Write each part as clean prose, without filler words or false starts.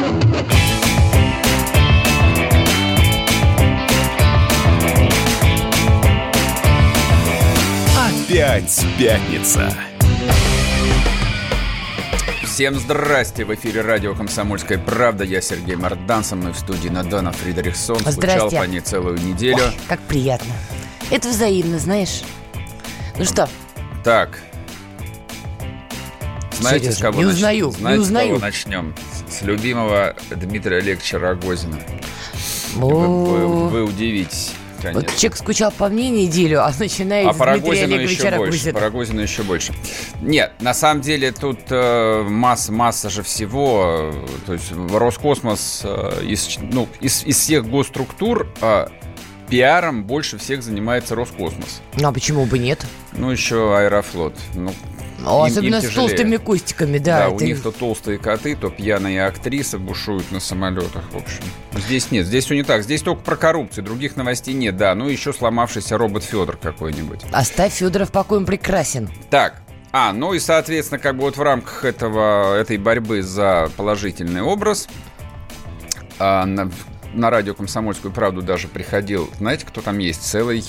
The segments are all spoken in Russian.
Опять пятница. Всем здрасте! В эфире радио «Комсомольская правда». Я Сергей Мордан, со мной в студии Надана Фридрихсон. Скучал по ней целую неделю. Ой, как приятно. Это взаимно, знаешь. Ну что? Так. Знаете, с кого не узнаю. С кого начнем? С любимого Дмитрия Олеговича Рогозина. Вы удивитесь. Конечно. Вот человек скучал по мне неделю, а начинает с Дмитрия Олеговича Рогозина. По Рогозину еще больше. Нет, на самом деле тут масса же всего. То есть Роскосмос из всех госструктур пиаром больше всех занимается Роскосмос. Ну а почему бы нет? Ну еще Аэрофлот. Особенно с толстыми кустиками, да. Да, у них то толстые коты, то пьяные актрисы бушуют на самолетах, в общем. Здесь нет, здесь все не так. Здесь только про коррупцию, других новостей нет, да. Ну, еще сломавшийся робот Федор какой-нибудь. Оставь Федора в покое, он прекрасен. Так, ну и, соответственно, как бы вот в рамках этой борьбы за положительный образ на радио «Комсомольскую правду» даже приходил, знаете, кто там есть? Целый...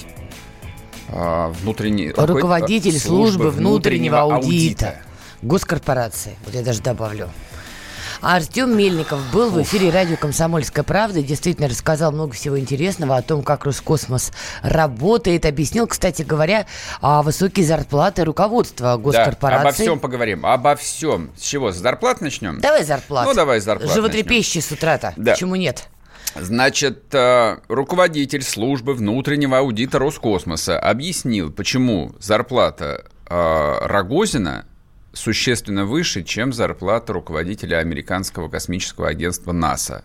руководитель службы внутреннего аудита госкорпорации. Вот я даже добавлю. А Артем Мельников был в эфире радио «Комсомольская правда». Действительно рассказал много всего интересного о том, как Роскосмос работает. Объяснил, кстати говоря, высокие зарплаты руководства госкорпорации. Да, обо всем поговорим. Обо всем. С чего? С зарплат начнем? Давай зарплат. Ну, давай зарплат. Животрепещущий с утра-то. Да. Почему нет? Значит, руководитель службы внутреннего аудита Роскосмоса объяснил, почему зарплата Рогозина существенно выше, чем зарплата руководителя американского космического агентства НАСА.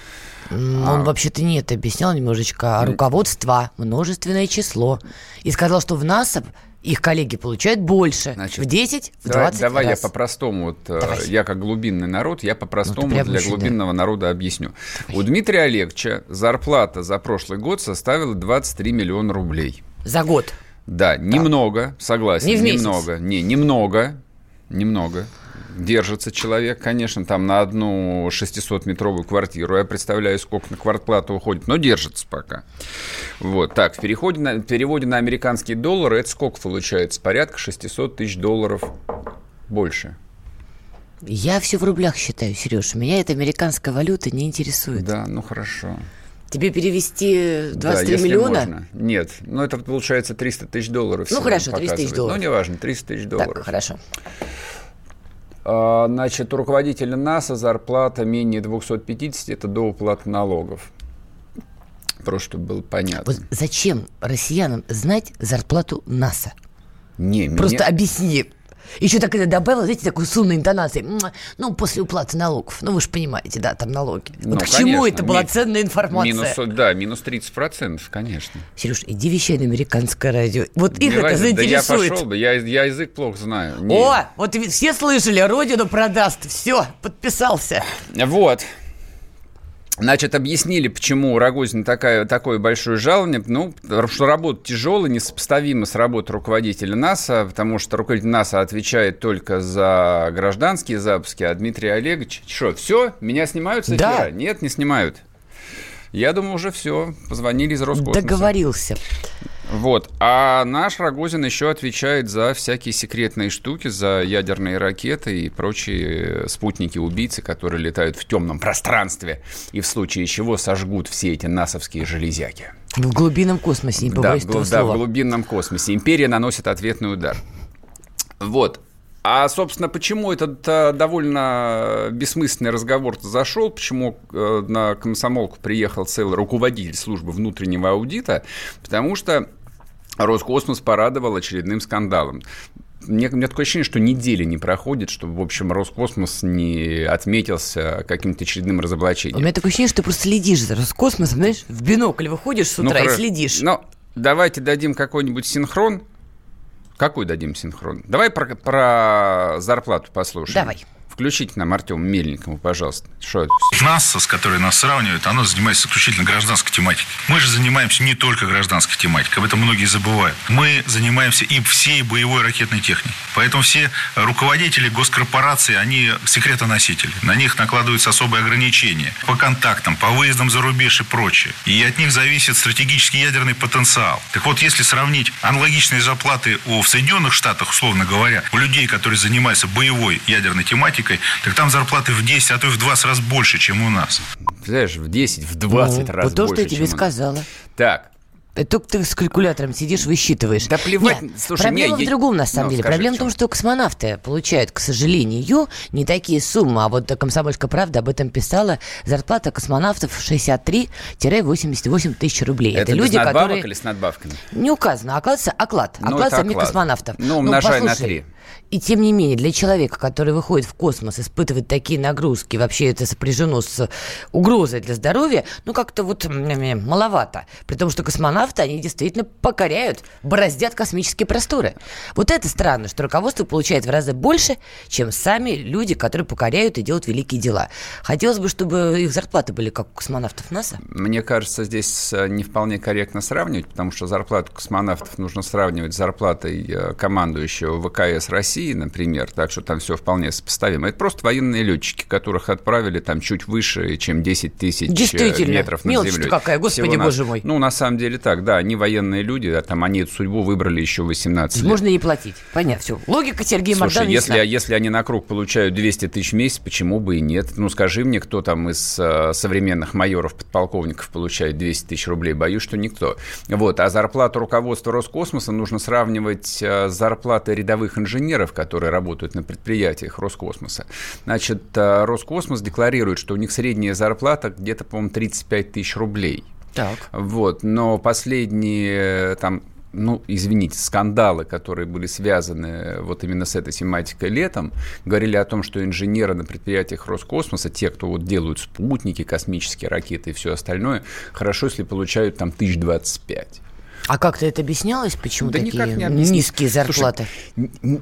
Он вообще-то не это объяснял немножечко, а руководство множественное число. И сказал, что в НАСА их коллеги получают больше. Значит, в 10, в 20 давай раз. Я по-простому, я как глубинный народ, я по-простому для глубинного народа объясню. Давай. У Дмитрия Олеговича зарплата за прошлый год составила 23 миллиона рублей. За год? Да, немного, согласен. Не в месяц? Немного. Держится человек, конечно, там на одну 600-метровую квартиру. Я представляю, сколько на квартплату уходит, но держится пока. Вот, так, в переводе на американские доллары это сколько получается? Порядка 600 тысяч долларов больше. Я все в рублях считаю, Сереж. Меня эта американская валюта не интересует. Да, ну хорошо. Тебе перевести 23 миллиона? Можно. Нет, это получается 300 тысяч долларов. Ну хорошо, 300 тысяч долларов. Ну неважно, 300 тысяч долларов. Так, хорошо. Значит, у руководителя НАСА зарплата менее 250, это до уплаты налогов. Просто чтобы было понятно. Вот зачем россиянам знать зарплату НАСА? Просто объясни. Еще так это добавила, знаете, такой с умной интонацией. Ну, после уплаты налогов. Ну, вы же понимаете, да, там налоги. Вот к чему это была ценная информация? Минус 30%, конечно. Сереж, иди вещай на американское радио. Вот их это заинтересует. Да я пошел бы, я язык плохо знаю. О, вот все слышали, родину продаст. Все, подписался. Вот. Значит, объяснили, почему у Рогозина такое большое жалование. Что работа тяжелая, несопоставима с работой руководителя НАСА, потому что руководитель НАСА отвечает только за гражданские запуски, а Дмитрий Олегович... Что, все? Меня снимают с эфира? Да. Нет, не снимают. Я думаю, уже все. Позвонили из Роскосмоса. Договорился. Вот. А наш Рогозин еще отвечает за всякие секретные штуки, за ядерные ракеты и прочие спутники-убийцы, которые летают в темном пространстве и в случае чего сожгут все эти насовские железяки. В глубинном космосе, не побоюсь этого слова. Да, в глубинном космосе. Империя наносит ответный удар. Вот. А, собственно, почему этот довольно бессмысленный разговор-то зашел, почему на комсомолку приехал целый руководитель службы внутреннего аудита, потому что Роскосмос порадовал очередным скандалом. У меня такое ощущение, что недели не проходит, чтобы, в общем, Роскосмос не отметился каким-то очередным разоблачением. У меня такое ощущение, что ты просто следишь за Роскосмосом, знаешь, в бинокль выходишь с утра и следишь. Давайте дадим какой-нибудь синхрон. Какой дадим синхрон? Давай про зарплату послушаем. Давай. Включите нам Артема Мельникова, пожалуйста. Что это? НАСА, с которой нас сравнивают, оно занимается исключительно гражданской тематикой. Мы же занимаемся не только гражданской тематикой, об этом многие забывают. Мы занимаемся и всей боевой ракетной техникой. Поэтому все руководители госкорпораций, они секретоносители. На них накладываются особые ограничения по контактам, по выездам за рубеж и прочее. И от них зависит стратегический ядерный потенциал. Так вот, если сравнить аналогичные зарплаты в Соединенных Штатах, условно говоря, у людей, которые занимаются боевой ядерной тематикой, так там зарплаты в 10, а то и в 20 раз больше, чем у нас. Знаешь, в 10, в 20 раз вот то, больше, что я тебе сказала. Так. Только ты с калькулятором сидишь, высчитываешь. Да плевать. Нет, слушай, проблема в другом, на самом деле. Проблема в том, что космонавты получают, к сожалению, не такие суммы. А вот «Комсомольская правда» об этом писала. Зарплата космонавтов 63-88 тысяч рублей. Это люди, без надбавок которые... или с надбавками? Не указано. Оклад самих космонавтов. Ну, умножай на 3. И тем не менее, для человека, который выходит в космос, испытывает такие нагрузки, вообще это сопряжено с угрозой для здоровья, как-то вот маловато. При том, что космонавты, они действительно покоряют, бороздят космические просторы. Вот это странно, что руководство получает в разы больше, чем сами люди, которые покоряют и делают великие дела. Хотелось бы, чтобы их зарплаты были как у космонавтов НАСА. Мне кажется, здесь не вполне корректно сравнивать, потому что зарплату космонавтов нужно сравнивать с зарплатой командующего ВКС России, например, так что там все вполне сопоставимо. Это просто военные летчики, которых отправили там чуть выше, чем 10 тысяч метров над землей. Какая, господи, боже мой. На самом деле так, да, они военные люди, они эту судьбу выбрали еще 18 лет. Можно не платить, понятно, все. Логика Сергея Мардана. Слушай, если они на круг получают 200 тысяч в месяц, почему бы и нет? Скажи мне, кто там из современных майоров, подполковников получает 200 тысяч рублей? Боюсь, что никто. А зарплату руководства Роскосмоса нужно сравнивать с зарплатой рядовых инженеров, которые работают на предприятиях Роскосмоса. Значит, Роскосмос декларирует, что у них средняя зарплата где-то, по-моему, 35 тысяч рублей. Так. Но последние скандалы, которые были связаны именно с этой тематикой летом, говорили о том, что инженеры на предприятиях Роскосмоса, те, кто делают спутники, космические ракеты и все остальное, хорошо, если получают там 1025. А как-то это объяснялось? Почему такие низкие зарплаты? Слушай,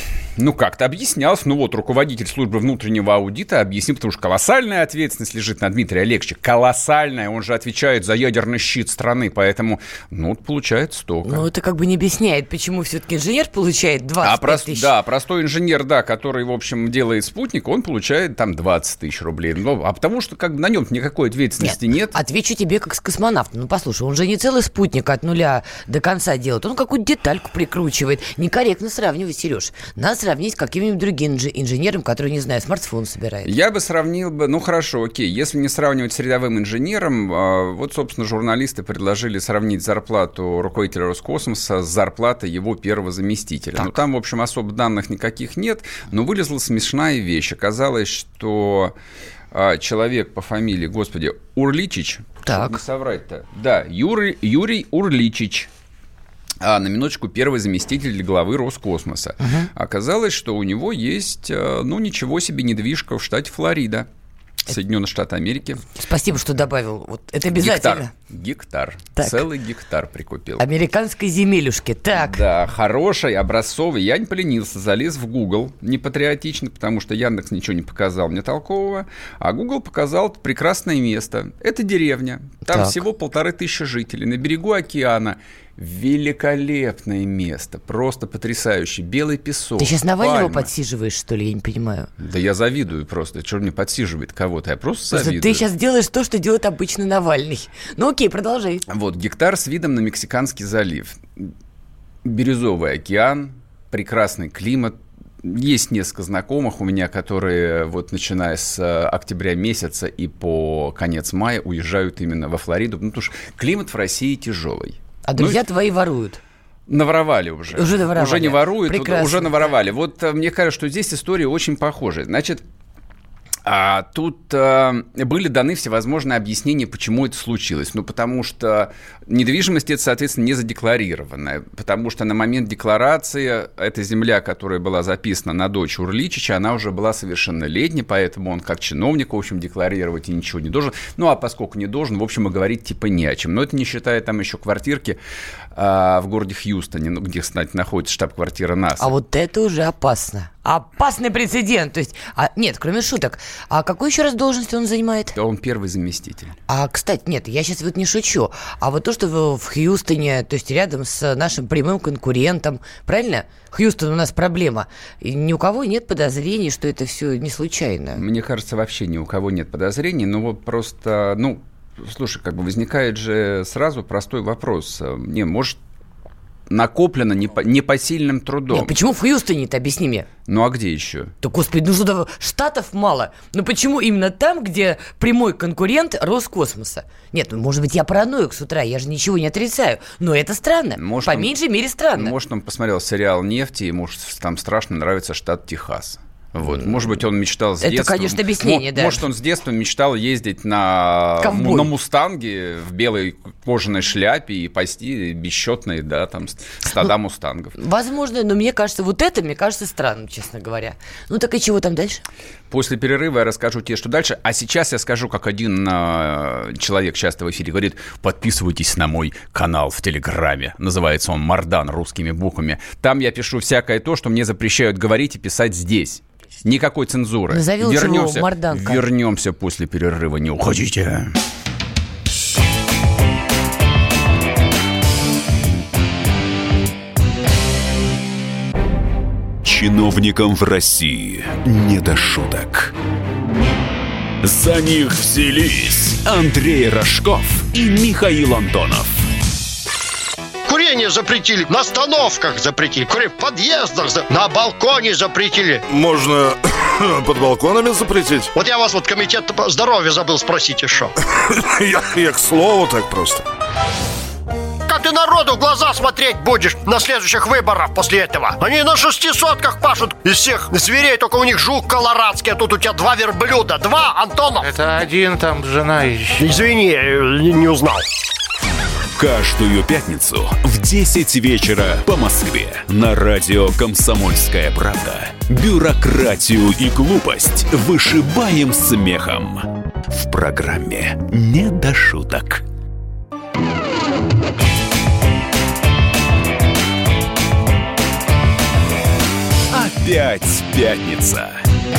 как-то объяснялось. Руководитель службы внутреннего аудита объяснил, потому что колоссальная ответственность лежит на Дмитрия Олеговича. Колоссальная. Он же отвечает за ядерный щит страны. Поэтому, получает столько. Это как бы не объясняет, почему все-таки инженер получает 25 тысяч. Да, простой инженер, который, в общем, делает спутник, он получает там 20 тысяч рублей. Потому что на нем никакой ответственности нет. Отвечу тебе как с космонавтом. Послушай, он же не целый спутник от нуля до конца делает. Он какую-то детальку прикручивает. Некорректно сравнивать, Сереж. Надо сравнить с каким-нибудь другим инженером, который, не знаю, смартфон собирает. Я бы сравнил хорошо, окей. Если не сравнивать с рядовым инженером, собственно, журналисты предложили сравнить зарплату руководителя Роскосмоса с зарплатой его первого заместителя. Там, в общем, особо данных никаких нет, но вылезла смешная вещь. Оказалось, что человек по фамилии, Урличич, чтобы не соврать-то, да, Юрий Урличич, на минуточку, первый заместитель главы Роскосмоса. Оказалось, что у него есть, ничего себе, недвижка в штате Флорида, Соединенные Штаты Америки. Спасибо, что добавил. Это обязательно. Гектар. Целый гектар прикупил. Американской земелюшки. Так. Да, хороший, образцовый. Я не поленился, залез в Google. Не патриотично, потому что Яндекс ничего не показал мне толкового. А Google показал прекрасное место. Это деревня. Там всего 1500 жителей. На берегу океана. Великолепное место, просто потрясающий. Белый песок. Ты сейчас Навального подсиживаешь, что ли? Я не понимаю. Да я завидую просто. Что мне подсиживает кого-то? Я просто завидую. Ты сейчас делаешь то, что делает обычно Навальный. Окей, продолжай. Гектар с видом на Мексиканский залив. Бирюзовый океан, прекрасный климат. Есть несколько знакомых у меня, которые начиная с октября месяца и по конец мая уезжают именно во Флориду. Потому что климат в России тяжелый. А друзья твои воруют. Наворовали уже. Уже наворовали. Уже не воруют, прекрасно, уже наворовали. Мне кажется, что здесь история очень похожая. Значит, тут были даны всевозможные объяснения, почему это случилось. Потому что недвижимость это, соответственно, не задекларированная. Потому что на момент декларации эта земля, которая была записана на дочь Урличича, она уже была совершеннолетней, поэтому он как чиновник, в общем, декларировать и ничего не должен. А поскольку не должен, в общем, и говорить не о чем. Но это не считая там еще квартирки в городе Хьюстоне, где, кстати, находится штаб-квартира НАСА. А вот это уже опасно. опасный прецедент. То есть, нет, кроме шуток. А какую еще раз должность он занимает? Он первый заместитель. Кстати, нет, я сейчас вот не шучу. А вот то, что в Хьюстоне, то есть рядом с нашим прямым конкурентом, правильно? Хьюстон у нас проблема. И ни у кого нет подозрений, что это все не случайно. Мне кажется, вообще ни у кого нет подозрений. Но вот просто, слушай, возникает же сразу простой вопрос. Может, накоплено непосильным трудом. Нет, почему в Хьюстоне-то, объясни мне? А где еще? Да, господи, что штатов мало. Но почему именно там, где прямой конкурент Роскосмоса? Нет, может быть, я параноик с утра, я же ничего не отрицаю. Но это странно. По меньшей мере странно. Может, он посмотрел сериал «Нефть», и ему там страшно нравится штат Техас. Вот. Может быть, он мечтал с детства... Это, конечно, объяснение, да. Может, он с детства мечтал ездить на «Мустанге» в белой кожаной шляпе и пасти бесчетные, стада «Мустангов». Возможно, но мне кажется, странным, честно говоря. Так и чего там дальше? После перерыва я расскажу тебе, что дальше. А сейчас я скажу, как один человек часто в эфире говорит: подписывайтесь на мой канал в Телеграме. Называется он «Мардан» русскими буквами. Там я пишу всякое то, что мне запрещают говорить и писать здесь. Никакой цензуры. Вернемся после перерыва. Не уходите. Чиновникам в России не до шуток. За них взялись Андрей Рожков и Михаил Антонов. Курение запретили, на остановках запретили, курение в подъездах, на балконе запретили. Можно под балконами запретить? Вот я вас комитет здоровья забыл спросить еще. Я к слову так просто. Как ты народу в глаза смотреть будешь на следующих выборах после этого? Они на 600-ках пашут из всех зверей, только у них жук колорадский, а тут у тебя 2 верблюда. 2, Антонов? Это один, там жена еще. Извини, не узнал. Каждую пятницу в 10 вечера по Москве на радио «Комсомольская правда» бюрократию и глупость вышибаем смехом. В программе «Не до шуток». Опять пятница.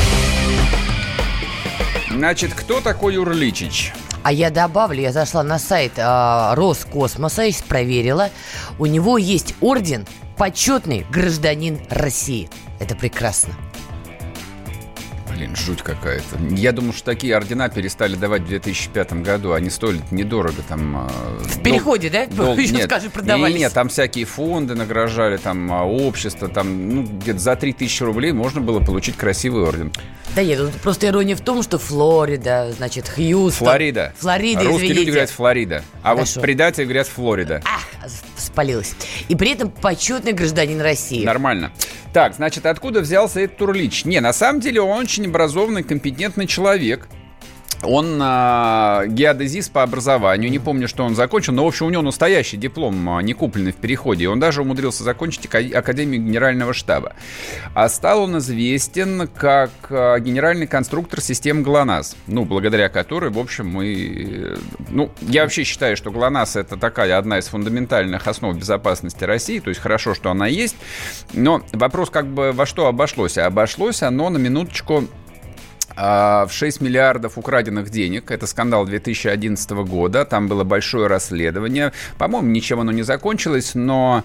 Значит, кто такой Урличич? А я добавлю, я зашла на сайт Роскосмоса и проверила. У него есть орден «Почетный гражданин России». Это прекрасно. Блин, жуть какая-то. Я думаю, что такие ордена перестали давать в 2005 году. Они стоили недорого. В переходе, да? Еще, нет, скажи, продавались. Нет, там всякие фонды награждали, общество. Где-то за 3000 рублей можно было получить красивый орден. Да нет, тут просто ирония в том, что Флорида, значит, Хьюстон. Флорида, Русские извините. Люди говорят Флорида. А хорошо. Вот предатели говорят Флорида. Спалилась. И при этом почетный гражданин России. Нормально. Так, значит, откуда взялся этот Урлич? На самом деле он очень образованный, компетентный человек. Он геодезист по образованию. Не помню, что он закончил, но, в общем, у него настоящий диплом, не купленный в переходе. Он даже умудрился закончить Академию Генерального штаба. А стал он известен как генеральный конструктор систем ГЛОНАСС. Благодаря которой, в общем, мы... я вообще считаю, что ГЛОНАСС — это такая одна из фундаментальных основ безопасности России. То есть хорошо, что она есть. Но вопрос во что обошлось? Обошлось оно на минуточку... в 6 миллиардов украденных денег. Это скандал 2011 года. Там было большое расследование. По-моему, ничем оно не закончилось, но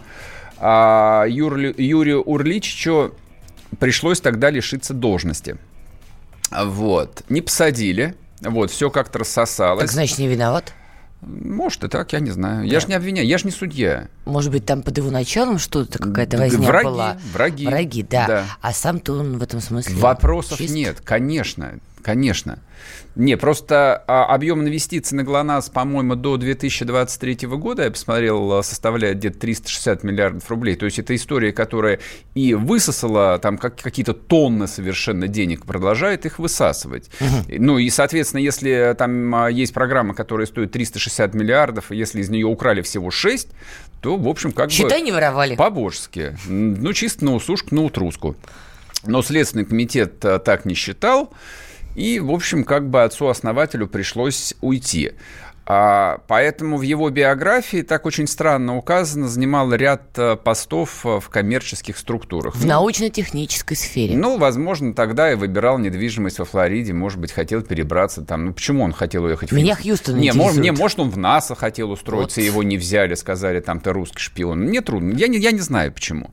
Юрию Урличичу пришлось тогда лишиться должности. Не посадили. Все как-то рассосалось. Так, значит, не виноват? Может и так, я не знаю. Да. Я же не обвиняю, я же не судья. Может быть, там под его началом что-то, какая-то возня была? Враги, да. А сам-то он в этом смысле вопросов чист? Нет, конечно. Не, просто объем инвестиций на ГЛОНАСС, по-моему, до 2023 года, я посмотрел, составляет где-то 360 миллиардов рублей. То есть это история, которая и высосала там какие-то тонны совершенно денег, продолжает их высасывать. И, соответственно, если там есть программа, которая стоит 360 миллиардов, и если из нее украли всего 6, то, в общем, считай, не воровали. По-божески. Чисто на усушку, на утруску. Но Следственный комитет так не считал. И, в общем, отцу-основателю пришлось уйти. Поэтому в его биографии так очень странно указано, занимал ряд постов в коммерческих структурах. В научно-технической сфере. Ну, возможно, тогда и выбирал недвижимость во Флориде, может быть, хотел перебраться там. Ну, почему он хотел уехать в Меня Хьюстон интересует. Может, он в НАСА хотел устроиться, вот. Его не взяли, сказали, там, ты русский шпион. Мне трудно, я не знаю, почему.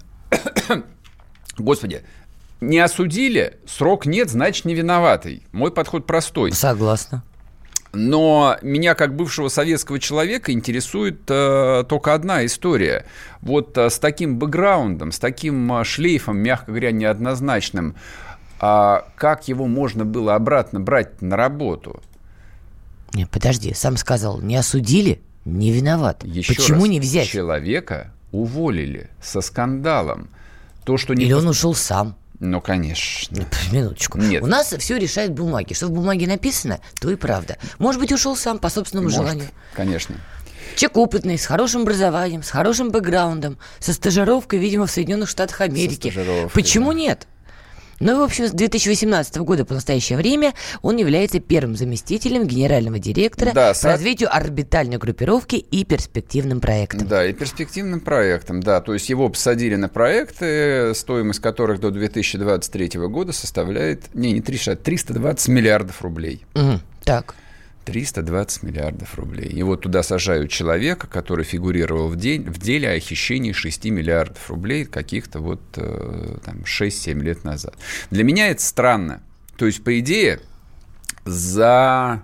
Господи. Не осудили, срок нет, значит, не виноватый. Мой подход простой. Согласна. Но меня, как бывшего советского человека, интересует только одна история. Вот с таким бэкграундом, с таким шлейфом, мягко говоря, неоднозначным, как его можно было обратно брать на работу? Не, подожди, сам сказал, не осудили, не виноват. Еще Почему раз, не взять? Человека уволили со скандалом. То, что Или он ушел сам. Ну, конечно. Минуточку. Нет. У нас все решает бумаги. Что в бумаге написано, то и правда. Может быть, ушел сам по собственному желанию. Конечно. Человек опытный, с хорошим образованием, с хорошим бэкграундом, со стажировкой, видимо, в Соединенных Штатах Америки. Почему нет? Ну и, в общем, с 2018 года по настоящее время он является первым заместителем генерального директора по развитию орбитальной группировки и перспективным проектам. Да, и перспективным проектом, да. То есть его посадили на проекты, стоимость которых до 2023 года составляет, не 320 миллиардов рублей. Так. 320 миллиардов рублей. И вот туда сажают человека, который фигурировал в деле о хищении 6 миллиардов рублей каких-то вот там 6-7 лет назад. Для меня это странно. То есть, по идее, за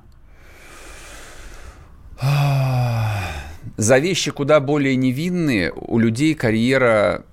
вещи куда более невинные у людей карьера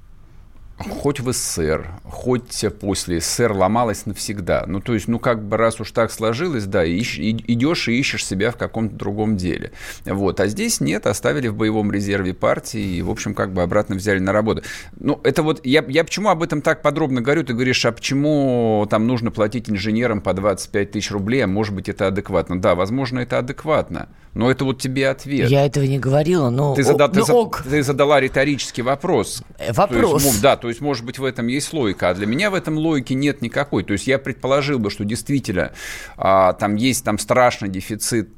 хоть в СССР, хоть после СССР ломалась навсегда. Ну, то есть, как бы раз уж так сложилось, да, идешь и ищешь себя в каком-то другом деле. Вот. А здесь нет, оставили в боевом резерве партии и, в общем, как бы обратно взяли на работу. Ну, это вот, я почему об этом так подробно говорю? Ты говоришь, а почему там нужно платить инженерам по 25 тысяч рублей, а может быть, это адекватно? Да, возможно, это адекватно, но это вот тебе ответ. Я этого не говорила, но... Ты задала риторический вопрос. Вопрос. То есть, может быть, в этом есть логика, а для меня в этом логики нет никакой. То есть, я предположил бы, что действительно там есть страшный дефицит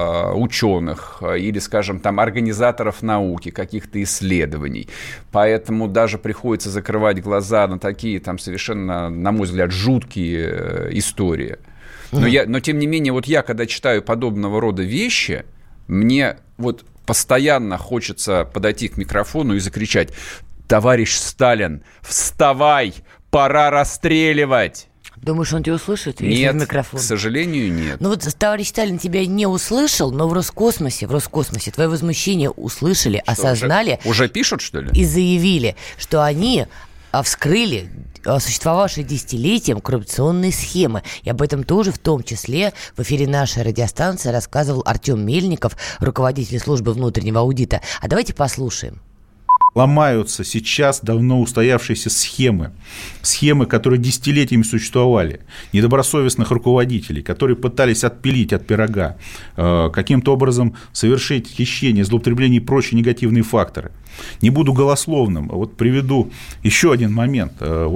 ученых или, скажем, там организаторов науки, каких-то исследований. Поэтому даже приходится закрывать глаза на такие там совершенно, на мой взгляд, жуткие истории. Но тем не менее, вот я, когда читаю подобного рода вещи, мне вот постоянно хочется подойти к микрофону и закричать: «Товарищ Сталин, вставай, пора расстреливать!» Думаешь, он тебя услышит? Нет, в микрофон? К сожалению, нет. Ну вот товарищ Сталин тебя не услышал, но в Роскосмосе твое возмущение услышали, что, осознали. Уже пишут, что ли? И заявили, что они вскрыли существовавшие десятилетием коррупционные схемы. И об этом тоже в том числе в эфире нашей радиостанции рассказывал Артем Мельников, руководитель службы внутреннего аудита. А давайте послушаем. Ломаются сейчас давно устоявшиеся схемы, которые десятилетиями существовали, недобросовестных руководителей, которые пытались отпилить от пирога, каким-то образом совершить хищение, злоупотребление и прочие негативные факторы. Не буду голословным, вот приведу еще один момент.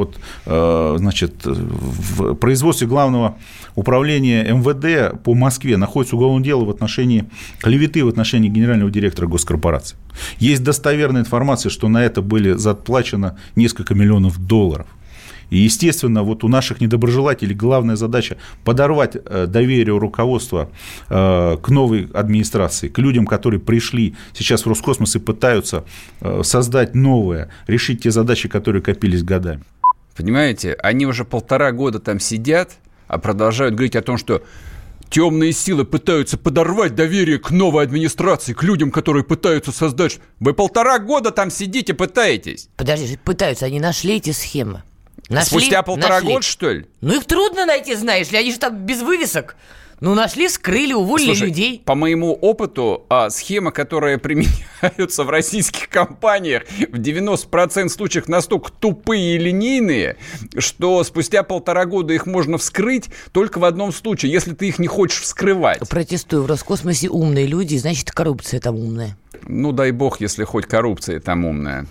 Значит, в производстве Главного управления МВД по Москве находится уголовное дело в отношении клеветы в отношении генерального директора госкорпорации. Есть достоверная информация, что на это были заплачено несколько миллионов долларов. И, естественно, вот у наших недоброжелателей главная задача подорвать доверие руководства к новой администрации, к людям, которые пришли сейчас в Роскосмос и пытаются создать новое, решить те задачи, которые копились годами. Понимаете, они уже 1,5 года там сидят, а продолжают говорить о том, что темные силы пытаются подорвать доверие к новой администрации, к людям, которые пытаются создать... Вы 1,5 года там сидите, пытаетесь. Подожди, пытаются, они нашли эти схемы. Спустя 1,5 года, что ли? Ну, их трудно найти, знаешь ли, они же там без вывесок. Ну, нашли, скрыли, уволили людей. По моему опыту, схемы, которые применяются в российских компаниях, в 90% случаев настолько тупые и линейные, что спустя 1,5 года их можно вскрыть только в одном случае, если ты их не хочешь вскрывать. Протестую, в Роскосмосе умные люди, значит, коррупция там умная. Ну, дай бог, если хоть коррупция там умная.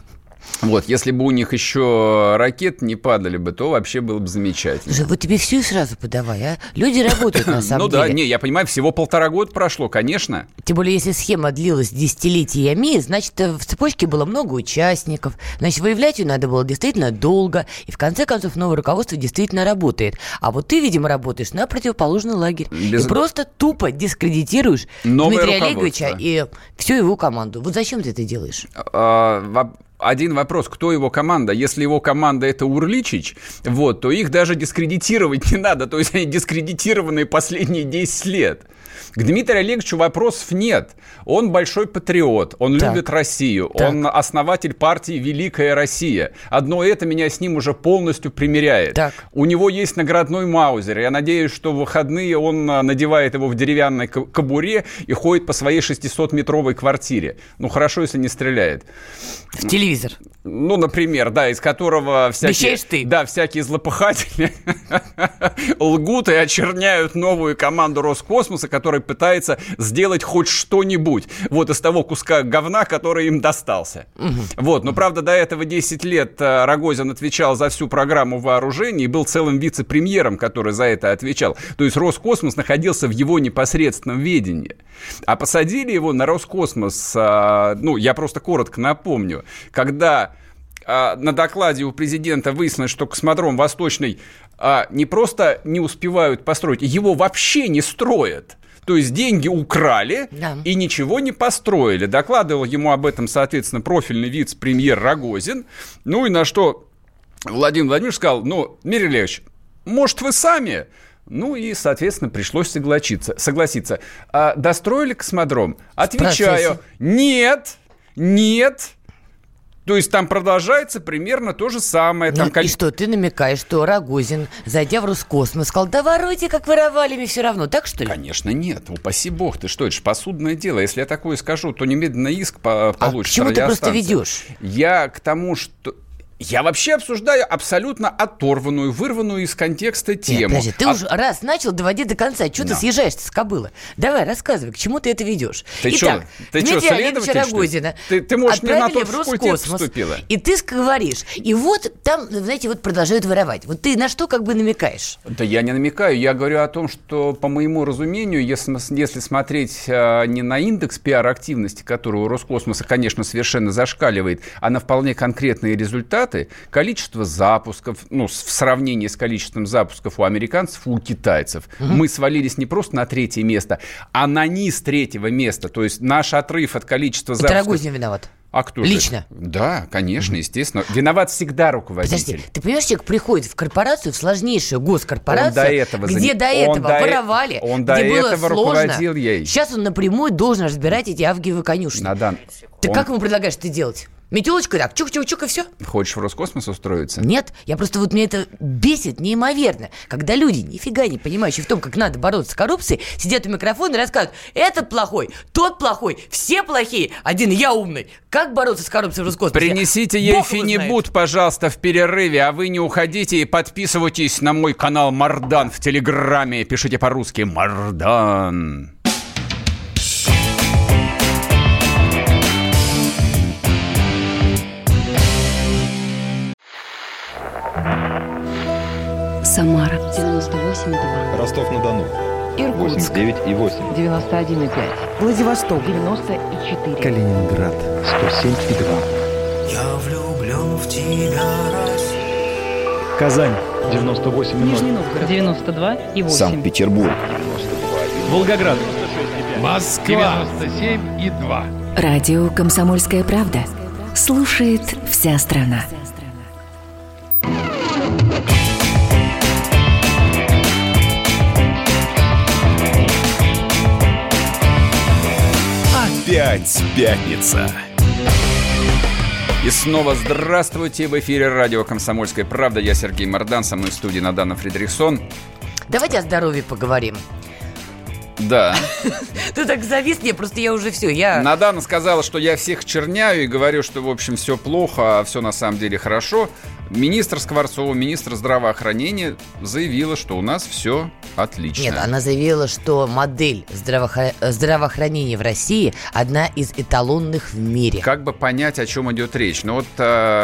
Вот, если бы у них еще ракеты не падали бы, то вообще было бы замечательно. Слушай, вот тебе все сразу подавай, а? Люди работают на самом деле. Ну да, не, я понимаю, всего 1,5 года прошло, конечно. Тем более, если схема длилась десятилетиями, значит, в цепочке было много участников. Значит, выявлять ее надо было действительно долго. И в конце концов, новое руководство действительно работает. А вот ты, видимо, работаешь на противоположный лагерь. И просто тупо дискредитируешь Дмитрия Олеговича и всю его команду. Вот зачем ты это делаешь? Один вопрос, кто его команда? Если его команда это Урличич, вот, то их даже дискредитировать не надо. То есть они дискредитированы последние 10 лет. К Дмитрию Олеговичу вопросов нет. Он большой патриот, он любит Россию, он основатель партии «Великая Россия». Одно это меня с ним уже полностью примиряет. У него есть наградной маузер. Я надеюсь, что в выходные он надевает его в деревянной кобуре и ходит по своей 600-метровой квартире. Ну, хорошо, если не стреляет. В телевизор. Ну, например, да, из которого всякие злопыхатели лгут и очерняют новую команду Роскосмоса, которая пытается сделать хоть что-нибудь вот из того куска говна, который им достался. Вот, но, правда, до этого 10 лет Рогозин отвечал за всю программу вооружений и был целым вице-премьером, который за это отвечал. То есть Роскосмос находился в его непосредственном ведении. А посадили его на Роскосмос, я просто коротко напомню, когда на докладе у президента выяснилось, что космодром Восточный не просто не успевают построить, его вообще не строят. То есть деньги украли и ничего не построили. Докладывал ему об этом, соответственно, профильный вице-премьер Рогозин. Ну и на что Владимир Владимирович сказал: Дмитрий Олегович, может, вы сами? Ну и, соответственно, пришлось согласиться. Достроили космодром? Отвечаю: нет. То есть там продолжается примерно то же самое. И что, ты намекаешь, что Рогозин, зайдя в Роскосмос, сказал: да воруйте, как воровали, мне все равно, так что ли? Конечно, нет. Упаси бог, ты что, это же посудное дело. Если я такое скажу, то немедленно иск получится. А к чему ты просто ведешь? Я к тому, что... Я вообще обсуждаю абсолютно оторванную, вырванную из контекста тему. Нет, подожди, ты уже раз начал, доводи до конца. Чего ты съезжаешь с кобылы? Давай, рассказывай, к чему ты это ведешь. Итак, Дмитрия Олеговича Рогозина ты может, не на тот в Роскосмос, и ты говоришь. И вот там, знаете, продолжают воровать. Вот ты на что как бы намекаешь? Да я не намекаю. Я говорю о том, что, по моему разумению, если смотреть не на индекс пиар-активности, который у Роскосмоса, конечно, совершенно зашкаливает, а на вполне конкретные результаты, количество запусков, в сравнении с количеством запусков у американцев и у китайцев, мы свалились не просто на 3-е место, а на низ 3-го места. То есть наш отрыв от количества запусков... Это Рогозин виноват? А кто лично? Же? Да, конечно, естественно. Виноват всегда руководитель. Подожди, ты понимаешь, человек приходит в корпорацию, в сложнейшую госкорпорацию, где до этого воровали, где было сложно. Ей. Сейчас он напрямую должен разбирать эти авгиевы конюшни. Ты как ему предлагаешь это делать? Метелочкой так, чук-чук-чук и все? Хочешь в Роскосмос устроиться? Нет, я просто меня это бесит неимоверно. Когда люди, нифига не понимающие в том, как надо бороться с коррупцией, сидят у микрофона и рассказывают: этот плохой, тот плохой, все плохие, один я умный. Как бороться с коррупцией в Роскосмосе? Принесите ей фенибут, пожалуйста, в перерыве, а вы не уходите и подписывайтесь на мой канал Мардан в Телеграме. Пишите по-русски Мардан. Самара 98,2. Ростов-на-Дону. Иркутск 89,8. 91,5. Владивосток 94. Калининград 107,2. Я влюблен в тебя, Россия. Казань 98,0. Нижний Новгород 92,8. Санкт-Петербург 92,1. Волгоград 96,5. Москва 97,2. Радио «Комсомольская правда». Слушает вся страна. Опять пятница. И снова здравствуйте. В эфире радио «Комсомольская правда». Я Сергей Мардан, со мной в студии Надана Фридрихсон. Давайте о здоровье поговорим. Да. Ты так завис, просто я уже все. Надана сказала, что я всех черняю и говорю, что, в общем, все плохо, а все на самом деле хорошо. Министр Скворцова, министр здравоохранения, заявила, что у нас все отлично. Нет, она заявила, что модель здравоохранения в России одна из эталонных в мире. Как бы понять, о чем идет речь? Ну вот,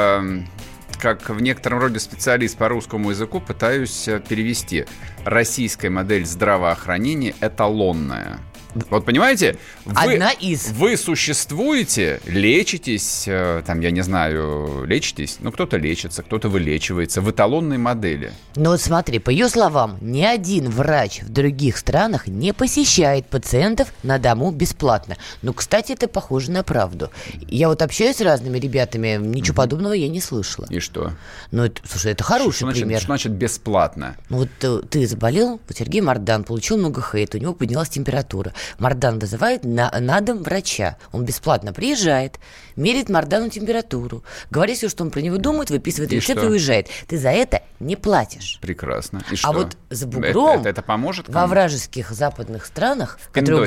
как в некотором роде специалист по русскому языку, пытаюсь перевести. Российская модель здравоохранения эталонная. Вот понимаете, вы существуете, лечитесь, там, я не знаю, лечитесь, кто-то лечится, кто-то вылечивается в эталонной модели. Но вот смотри, по ее словам, ни один врач в других странах не посещает пациентов на дому бесплатно. Кстати, это похоже на правду. Я вот общаюсь с разными ребятами, ничего подобного я не слышала. И что? Слушай, это хороший пример. Что значит бесплатно? Ты заболел, Сергей Мардан получил много хейта, у него поднялась температура. Мардан вызывает на дом врача. Он бесплатно приезжает, меряет Мардану температуру, говорит все, что он про него думает, выписывает рецепт и уезжает. Ты за это не платишь. Прекрасно. И что? А вот за бугром это поможет во вражеских западных странах, которые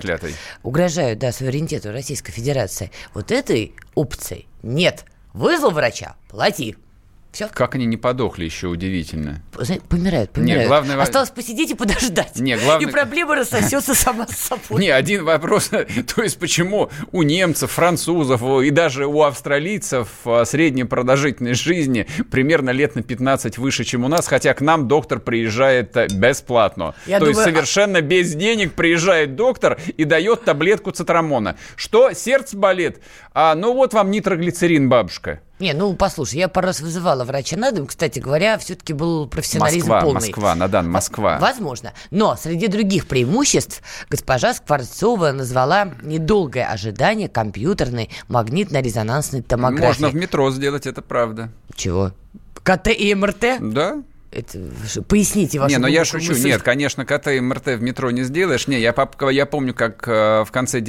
угрожают суверенитету Российской Федерации, вот этой опции нет. Вызвал врача, плати. Все? Как они не подохли, еще удивительно. Помирают. Не, главное... Осталось посидеть и подождать. И проблема рассосется сама с собой. Не, один вопрос. То есть, почему у немцев, французов и даже у австралийцев средняя продолжительность жизни примерно лет на 15 выше, чем у нас, хотя к нам доктор приезжает бесплатно. Есть, совершенно без денег приезжает доктор и дает таблетку цитрамона. Что? Сердце болит? Вот вам нитроглицерин, бабушка. Послушай, я пару раз вызывала врача на дом, кстати говоря, все-таки был профессионализм полный. Москва. Возможно. Но среди других преимуществ госпожа Скворцова назвала недолгое ожидание компьютерной магнитно-резонансной томографии. Можно в метро сделать, это правда. Чего? КТ и МРТ? Да. Поясните вашу я шучу. мысль. Нет, конечно, КТ и МРТ в метро не сделаешь. Я помню, как в конце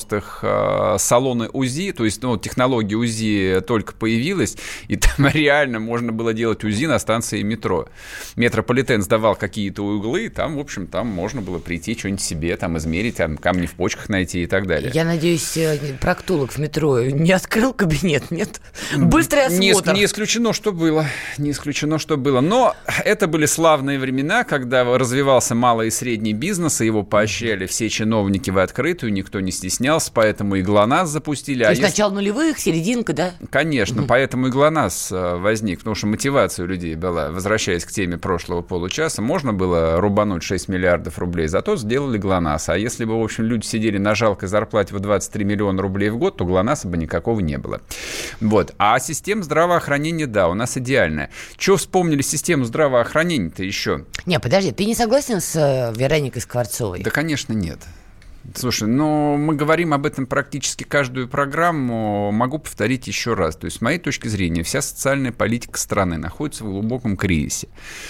90-х салоны УЗИ, то есть технология УЗИ только появилась, и там реально можно было делать УЗИ на станции метро. Метрополитен сдавал какие-то углы, там, в общем, там можно было прийти, что-нибудь себе там измерить, там, камни в почках найти и так далее. Я надеюсь, проктолог в метро не открыл кабинет, нет? Быстрый осмотр. Не исключено, что было. Не исключено, что было. Но это были славные времена, когда развивался малый и средний бизнес, и его поощряли все чиновники в открытую, никто не стеснялся, поэтому и ГЛОНАСС запустили. То есть начало нулевых, серединка, да? Конечно, поэтому и ГЛОНАСС возник, потому что мотивация у людей была, возвращаясь к теме прошлого получаса, можно было рубануть 6 миллиардов рублей, зато сделали ГЛОНАСС. А если бы, в общем, люди сидели на жалкой зарплате в 23 миллиона рублей в год, то ГЛОНАССа бы никакого не было. А система здравоохранения, да, у нас идеальная. Чего вспомнили систему здравоохранения еще? Не, подожди, ты не согласен с Вероникой Скворцовой? Да, конечно, нет. Слушай, мы говорим об этом практически каждую программу. Могу повторить еще раз. То есть, с моей точки зрения, вся социальная политика страны находится в глубоком кризисе.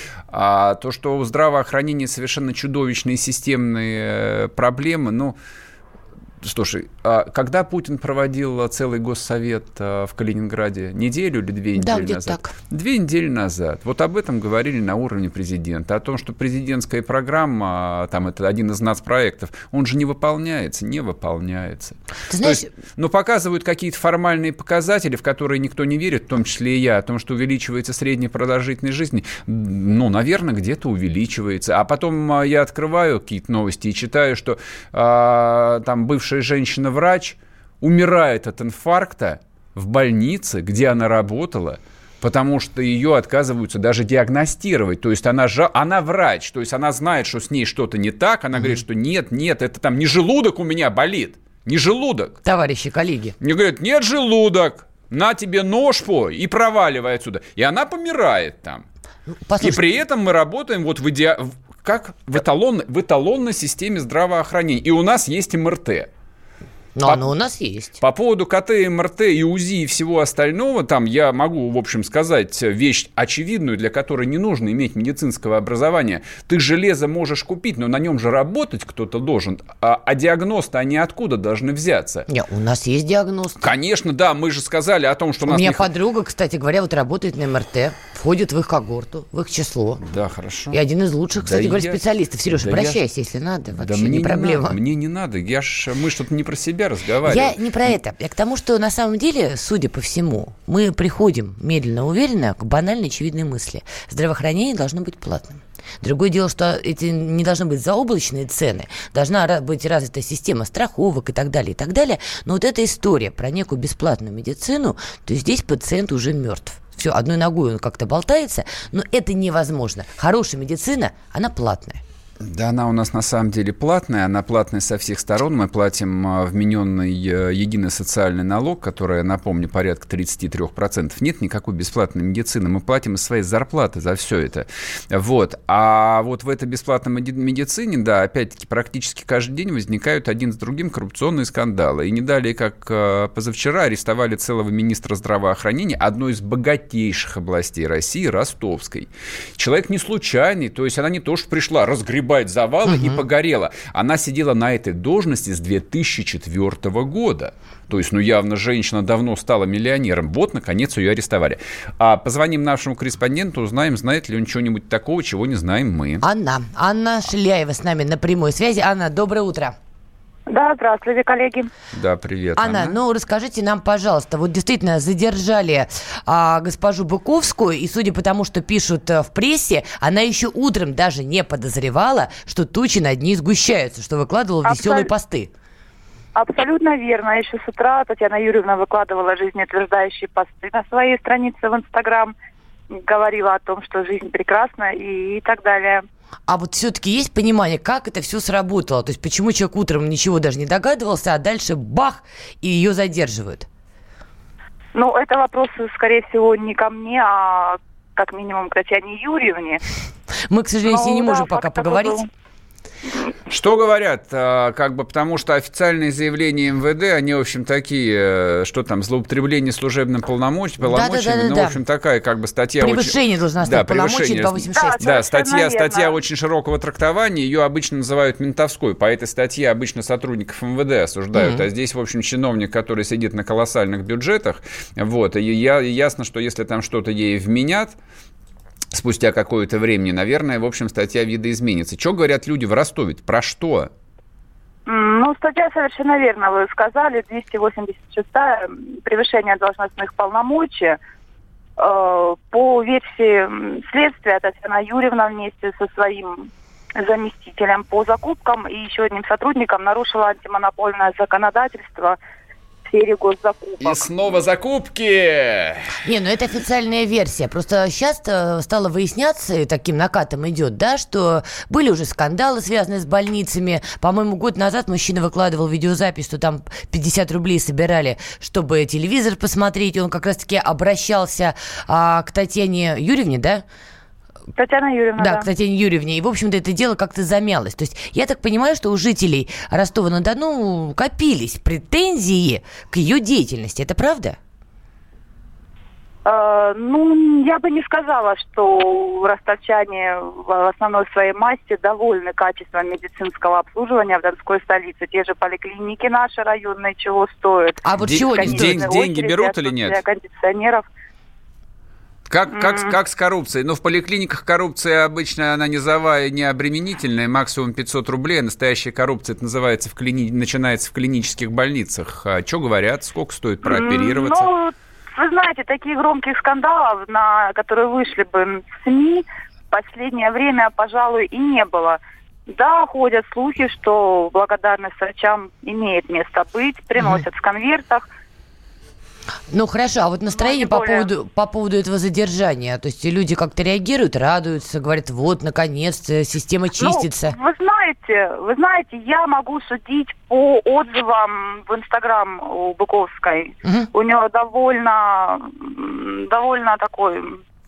А то, что у здравоохранения совершенно чудовищные системные проблемы, слушай, когда Путин проводил целый госсовет в Калининграде? Неделю или 2 недели назад? Так. 2 недели назад. Вот об этом говорили на уровне президента. О том, что президентская программа, там это один из нацпроектов, он же не выполняется. Ты знаешь... показывают какие-то формальные показатели, в которые никто не верит, в том числе и я, о том, что увеличивается средняя продолжительность жизни. Наверное, где-то увеличивается. А потом я открываю какие-то новости и читаю, что там бывшая женщина-врач умирает от инфаркта в больнице, где она работала, потому что ее отказываются даже диагностировать. То есть она врач, то есть она знает, что с ней что-то не так, она говорит, что нет, это там не желудок у меня болит, не желудок. Товарищи, коллеги. Мне говорят, нет, желудок, на тебе нож и проваливай отсюда. И она помирает там. И при этом мы работаем в эталонной системе здравоохранения. И у нас есть МРТ. Но оно у нас есть. По поводу КТ, МРТ и УЗИ и всего остального, там я могу, в общем, сказать вещь очевидную, для которой не нужно иметь медицинского образования. Ты железо можешь купить, но на нем же работать кто-то должен. А диагносты, они откуда должны взяться? Нет, у нас есть диагност. Конечно, да, мы же сказали о том, что у нас... У меня подруга, кстати говоря, вот работает на МРТ, входит в их когорту, в их число. Да, хорошо. И один из лучших, кстати говоря, специалистов. Сереж, обращайся, если надо, вообще не проблема. Мне не надо, мы что-то не про себя разговариваем. Я не про это. Я к тому, что на самом деле, судя по всему, мы приходим медленно, уверенно к банальной, очевидной мысли. Здравоохранение должно быть платным. Другое дело, что эти не должны быть заоблачные цены, должна быть развита система страховок и так далее, и так далее. Но вот эта история про некую бесплатную медицину, то здесь пациент уже мертв. Все, одной ногой он как-то болтается, но это невозможно. Хорошая медицина, она платная. Да, она у нас на самом деле платная, она платная со всех сторон. Мы платим вмененный единый социальный налог, который, напомню, порядка 33%. Нет никакой бесплатной медицины. Мы платим из своей зарплаты за все это. Вот. А вот в этой бесплатной медицине, да, опять-таки, практически каждый день возникают один с другим коррупционные скандалы. И не далее, как позавчера, арестовали целого министра здравоохранения одной из богатейших областей России, Ростовской. Человек не случайный, то есть она не то что пришла разгребать завалы и погорела. Она сидела на этой должности с 2004 года. То есть, явно женщина давно стала миллионером. Вот, наконец, ее арестовали. Позвоним нашему корреспонденту, узнаем, знает ли он чего-нибудь такого, чего не знаем мы. Анна Шиляева с нами на прямой связи. Анна, доброе утро. Да, здравствуйте, коллеги. Да, привет, Анна. Расскажите нам, пожалуйста, вот действительно задержали госпожу Быковскую, и судя по тому, что пишут в прессе, она еще утром даже не подозревала, что тучи над ней сгущаются, что выкладывала веселые посты. Абсолютно верно. Еще с утра Татьяна Юрьевна выкладывала жизнеутверждающие посты на своей странице в Инстаграм, говорила о том, что жизнь прекрасна и так далее. А вот все-таки есть понимание, как это все сработало? То есть почему человек утром ничего даже не догадывался, а дальше бах, и ее задерживают? Это вопрос, скорее всего, не ко мне, а как минимум к Татьяне Юрьевне. Мы, к сожалению, с ней не можем пока поговорить. Что говорят? Потому что официальные заявления МВД, они, в общем, такие, что там, злоупотребление служебным полномочиями, в общем, такая, статья... Превышение должна стать полномочий 286. Да, статья очень широкого трактования, ее обычно называют ментовской, по этой статье обычно сотрудников МВД осуждают, а здесь, в общем, чиновник, который сидит на колоссальных бюджетах, и ясно, что если там что-то ей вменят, спустя какое-то время, наверное, в общем, статья видоизменится. Что говорят люди в Ростове? Про что? Статья совершенно верно, вы сказали, 286-я, превышение должностных полномочий. По версии следствия, Татьяна Юрьевна вместе со своим заместителем по закупкам и еще одним сотрудником нарушила антимонопольное законодательство в сфере госзакупок. И снова закупки! Это официальная версия. Просто сейчас стало выясняться, и таким накатом идет, да, что были уже скандалы, связанные с больницами. По-моему, год назад мужчина выкладывал видеозапись, что там 50 рублей собирали, чтобы телевизор посмотреть. Он как раз-таки обращался к Татьяне Юрьевне, да? Татьяна Юрьевна, да. К Татьяне Юрьевне. И, в общем-то, это дело как-то замялось. То есть я так понимаю, что у жителей Ростова-на-Дону копились претензии к ее деятельности. Это правда? Я бы не сказала, что ростовчане в основной своей массе довольны качеством медицинского обслуживания в Донской столице. Те же поликлиники наши районные чего стоят. А вот чего не стоят? Деньги берут или нет? Для кондиционеров. Как с коррупцией? В поликлиниках коррупция обычно она низовая, не обременительная, максимум 500 рублей. Настоящая коррупция, это называется, начинается в клинических больницах. А что говорят? Сколько стоит прооперироваться? Вы знаете, таких громких скандалов, на которые вышли бы в СМИ, в последнее время, пожалуй, и не было. Да, ходят слухи, что благодарность врачам имеет место быть, приносят в конвертах. Хорошо, а вот настроение по поводу этого задержания, то есть люди как-то реагируют, радуются, говорят, вот, наконец-то система чистится. Вы знаете, я могу судить по отзывам в Инстаграм у Быковской. У нее довольно такой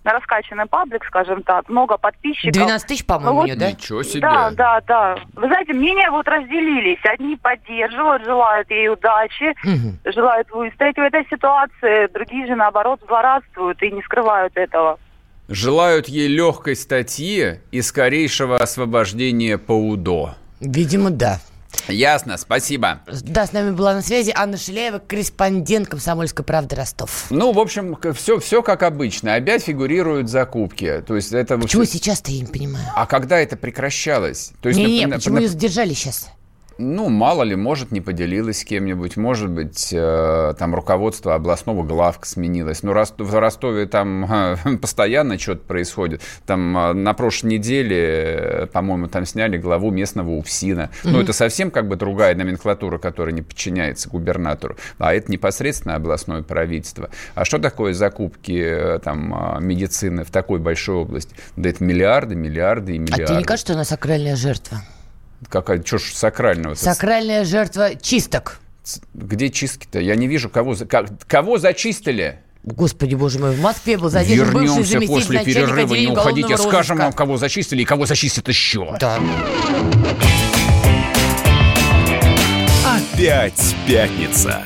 раскачанный паблик, скажем так, много подписчиков. 12 тысяч, по-моему, у нее, да? Ничего себе. Да. Вы знаете, мнения вот разделились. Одни поддерживают, желают ей удачи, желают выстоять в этой ситуации. Другие же, наоборот, злорадствуют и не скрывают этого. Желают ей легкой статьи и скорейшего освобождения по УДО. Видимо, да. Ясно, спасибо. Да, с нами была на связи Анна Шиляева, корреспондент «Комсомольской правды» Ростов. Ну, в общем, все как обычно. Опять фигурируют закупки. То есть это почему сейчас-то я не понимаю? А когда это прекращалось? То есть, почему ее задержали сейчас? Ну, мало ли, может, не поделилась с кем-нибудь, может быть, там руководство областного главка сменилось. Ну, в Ростове там постоянно что-то происходит. Там на прошлой неделе, по-моему, там сняли главу местного УФСИНа. Ну, это совсем как бы другая номенклатура, которая не подчиняется губернатору. А это непосредственно областное правительство. А что такое закупки там медицины в такой большой области? Да это миллиарды и миллиарды. А тебе не кажется, что она сакральная жертва? Какая, что ж сакрального? Сакральная жертва чисток. Где чистки-то? Я не вижу, кого зачистили. Господи, боже мой, в Москве был задержан бывший заместитель после перерыва, не уходите, скажем розыска. вам, кого зачистили и кого зачистят еще. Да. Опять пятница.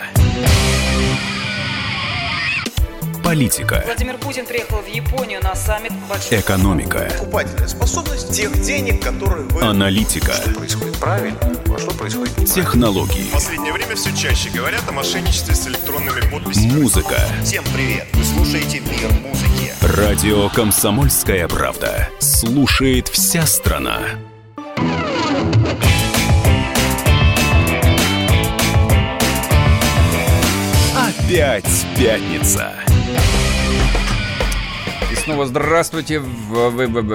Политика. Владимир Путин приехал в Японию на саммит большой... Экономика. Покупательная способность тех денег, которые вы... Аналитика. Что происходит правильно, а что происходит неправильно. Технологии. В последнее время все чаще говорят о мошенничестве с электронными подписями. Музыка. Всем привет! Вы слушаете «Мир музыки». Радио «Комсомольская правда». Слушает вся страна. Опять пятница. И снова здравствуйте в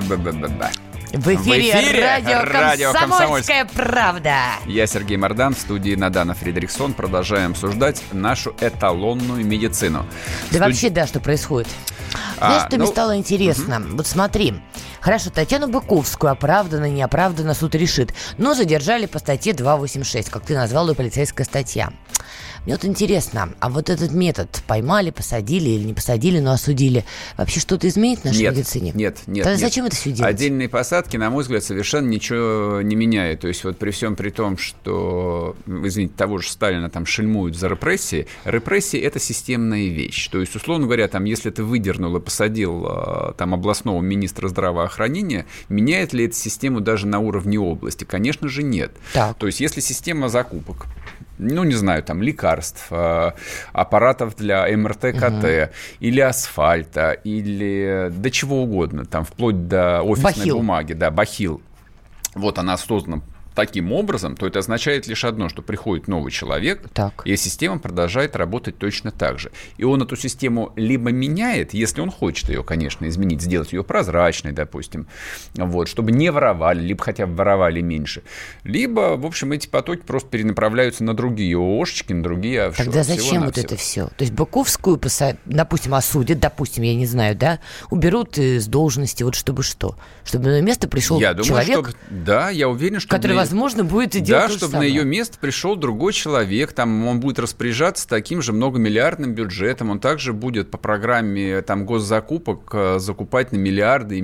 эфире радио «Комсомольская правда». Я Сергей Мордан, в студии Надана Фридрихсон. Продолжаем обсуждать нашу эталонную медицину. Да вообще, да, что происходит? Знаешь, что мне стало интересно? Вот смотри. Хорошо, Татьяну Быковскую оправданно, неоправданно суд решит. Но задержали по статье 286, как ты назвал ее, полицейская статья. Мне вот интересно, а вот этот метод поймали, посадили или не посадили, но осудили, вообще что-то изменит в нашей медицине? Нет. Тогда зачем это все делать? Отдельные посадки, на мой взгляд, совершенно ничего не меняют. То есть вот при всем при том, что, извините, того же Сталина там шельмуют за репрессии, репрессии – это системная вещь. То есть, условно говоря, там, если ты выдернул и посадил там областного министра здравоохранения, меняет ли эта систему даже на уровне области? Конечно же, нет. Так. То есть, если система закупок, ну, не знаю, там, лекарств, аппаратов для МРТ, КТ, или асфальта, или до чего угодно, там, вплоть до офисной бумаги, да, бахил. Вот она создана таким образом, то это означает лишь одно, что приходит новый человек, и система продолжает работать точно так же. И он эту систему либо меняет, если он хочет ее, конечно, изменить, сделать ее прозрачной, допустим, вот, чтобы не воровали, либо хотя бы воровали меньше, либо, в общем, эти потоки просто перенаправляются на другие ООшечки, на другие офшоры. Тогда зачем вот это все? То есть Быковскую, допустим, осудят, допустим, я не знаю, да, уберут с должности, вот чтобы что? Чтобы на место пришел человек, я уверен, что который возможно, будет и делать то же чтобы самое. на ее место пришел другой человек, там он будет распоряжаться таким же многомиллиардным бюджетом, он также будет по программе там госзакупок закупать на миллиарды и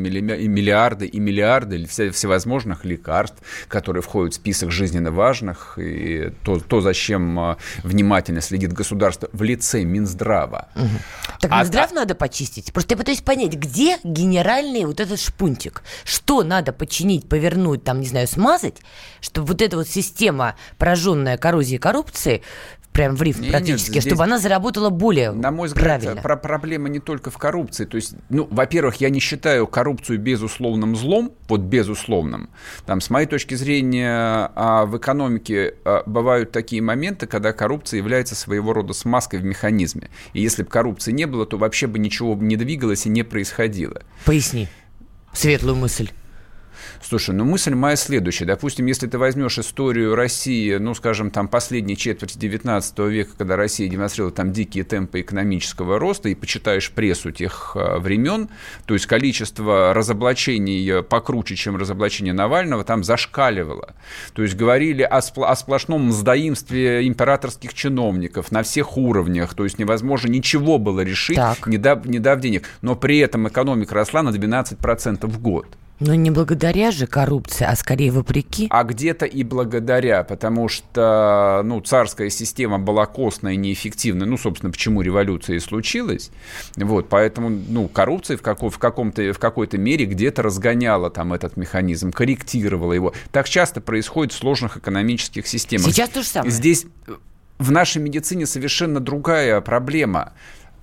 миллиарды всевозможных лекарств, которые входят в список жизненно важных, и то зачем внимательно следит государство в лице Минздрава. Так Минздрав надо почистить. Просто я пытаюсь понять, где генеральный вот этот шпунтик? Что надо починить, повернуть, там, не знаю, смазать, чтобы вот эта вот система, пораженная коррозией и коррупцией, прям в рифм практически, здесь, чтобы она заработала более правильно. На мой взгляд, проблема не только в коррупции. То есть, во-первых, я не считаю коррупцию безусловным злом, вот безусловным. Там, с моей точки зрения, в экономике бывают такие моменты, когда коррупция является своего рода смазкой в механизме. И если бы коррупции не было, то вообще бы ничего не двигалось и не происходило. Поясни светлую мысль. Слушай, мысль моя следующая. Допустим, если ты возьмешь историю России, скажем, там, последней четверти 19 века, когда Россия демонстрировала там дикие темпы экономического роста, и почитаешь прессу тех времен, то есть количество разоблачений покруче, чем разоблачение Навального, там зашкаливало. То есть говорили о сплошном мздоимстве императорских чиновников на всех уровнях, то есть невозможно ничего было решить, не дав денег. Но при этом экономика росла на 12% в год. Но не благодаря же коррупции, а скорее вопреки. А где-то и благодаря, потому что, царская система была костная и неэффективная. Собственно, почему революция и случилась. Вот, поэтому, коррупция в какой-то мере где-то разгоняла там этот механизм, корректировала его. Так часто происходит в сложных экономических системах. Сейчас то же самое. Здесь в нашей медицине совершенно другая проблема.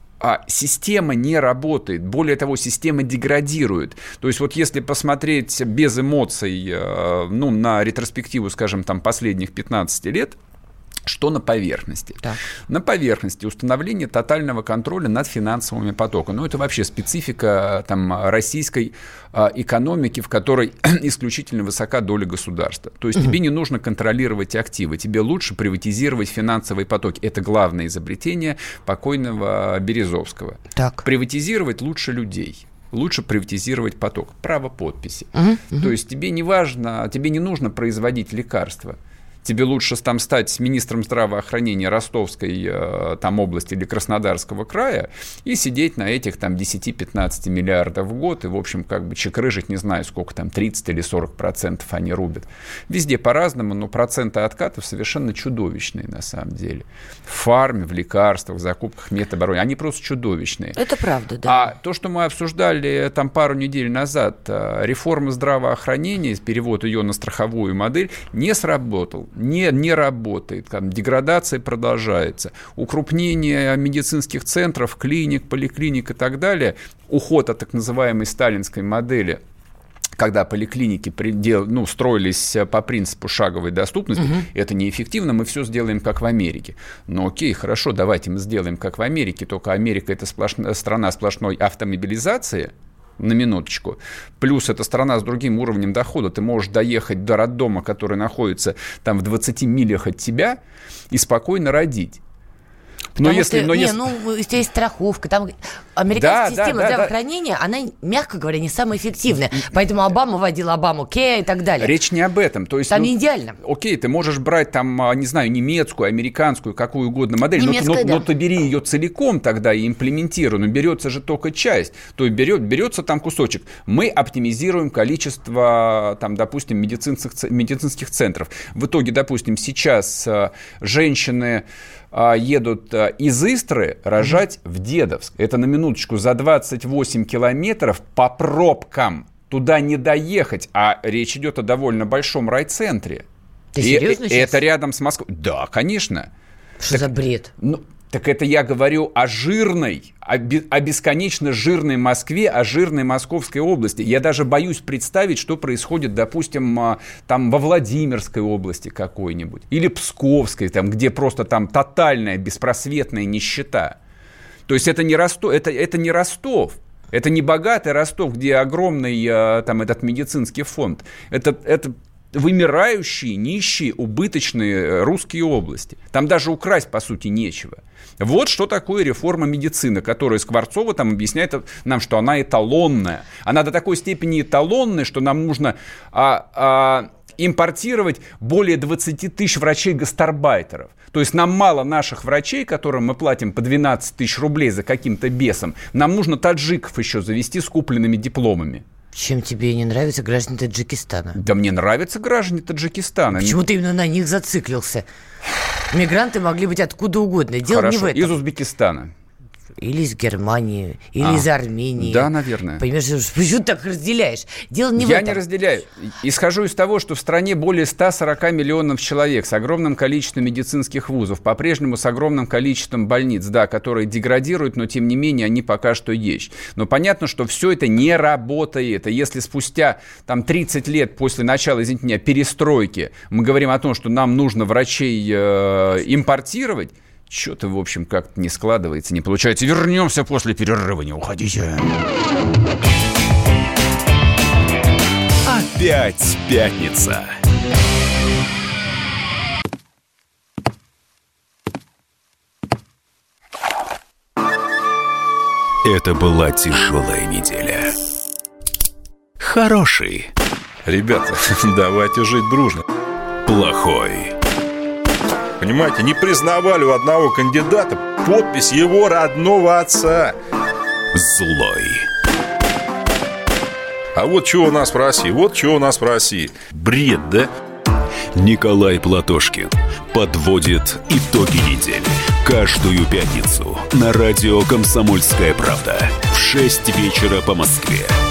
Система не работает, более того, система деградирует. То есть вот если посмотреть без эмоций на ретроспективу, скажем, там, последних 15 лет, что на поверхности? Так. На поверхности установление тотального контроля над финансовыми потоками. Это вообще специфика там, российской экономики, в которой исключительно высока доля государства. То есть тебе не нужно контролировать активы, тебе лучше приватизировать финансовые потоки. Это главное изобретение покойного Березовского. Так. Приватизировать лучше людей. Лучше приватизировать поток. Право подписи. То есть тебе не важно, тебе не нужно производить лекарства. Тебе лучше там стать министром здравоохранения Ростовской там, области или Краснодарского края и сидеть на этих там 10-15 миллиардов в год и, в общем, как бы чекрыжить, не знаю, сколько там, 30 или 40% они рубят. Везде по-разному, но проценты откатов совершенно чудовищные на самом деле. В фарме, в лекарствах, в закупках медобороны. Они просто чудовищные. Это правда, да. А то, что мы обсуждали там пару недель назад, реформа здравоохранения, перевод ее на страховую модель, не сработал. Не работает, там деградация продолжается, укрупнение медицинских центров, клиник, поликлиник и так далее, уход от так называемой сталинской модели, когда поликлиники строились по принципу шаговой доступности, это неэффективно, мы все сделаем как в Америке. Окей, хорошо, давайте мы сделаем как в Америке, только Америка – это страна сплошной автомобилизации, на минуточку. Плюс это страна с другим уровнем дохода. Ты можешь доехать до роддома, который находится там в 20 милях от тебя, и спокойно родить. Но если есть страховка, там американская система здравоохранения, она, мягко говоря, не самая эффективная. Поэтому Обама вводил Обамакер и так далее. Речь не об этом. То есть, там не идеально. Окей, ты можешь брать там, не знаю, немецкую, американскую, какую угодно модель, но ты бери ее целиком тогда и имплементируй. Но берется же только часть. То есть берется там кусочек. Мы оптимизируем количество, там, допустим, медицинских центров. В итоге, допустим, сейчас женщины едут из Истры рожать в Дедовск. Это на минуточку за 28 километров по пробкам. Туда не доехать. А речь идет о довольно большом райцентре. Ты серьезно сейчас? Это рядом с Москвой. Да, конечно. Что за бред? Так это я говорю о жирной, о бесконечно жирной Москве, о жирной Московской области. Я даже боюсь представить, что происходит, допустим, там во Владимирской области какой-нибудь. Или Псковской, там, где просто там тотальная беспросветная нищета. То есть это не Ростов, это не Ростов. Это не богатый Ростов, где огромный там, этот медицинский фонд. Это вымирающие, нищие, убыточные русские области. Там даже украсть, по сути, нечего. Вот что такое реформа медицины, которая Скворцова там объясняет нам, что она эталонная. Она до такой степени эталонная, что нам нужно импортировать более 20 тысяч врачей-гастарбайтеров. То есть нам мало наших врачей, которым мы платим по 12 тысяч рублей за каким-то бесом. Нам нужно таджиков еще завести с купленными дипломами. Чем тебе не нравятся граждане Таджикистана? Да мне нравятся граждане Таджикистана. Почему ты именно на них зациклился? Мигранты могли быть откуда угодно. Дело Хорошо, не в этом. Из Узбекистана. Или из Германии, или из Армении. Да, наверное. Понимаешь, почему ты так разделяешь? Дело не в этом. Я не разделяю. Исхожу из того, что в стране более 140 миллионов человек с огромным количеством медицинских вузов, по-прежнему с огромным количеством больниц, да, которые деградируют, но тем не менее они пока что есть. Но понятно, что все это не работает. И если спустя там, 30 лет после начала, извините меня, перестройки мы говорим о том, что нам нужно врачей импортировать, что-то, в общем, как-то не складывается, не получается. Вернемся после перерыва, не уходите. Опять пятница. Это была тяжелая неделя. Хороший. Ребята, давайте жить дружно. Плохой. Понимаете, не признавали у одного кандидата подпись его родного отца. Злой. А вот что у нас в России, вот что у нас в России. Бред, да? Николай Платошкин подводит итоги недели. Каждую пятницу на радио «Комсомольская правда» в 6 вечера по Москве.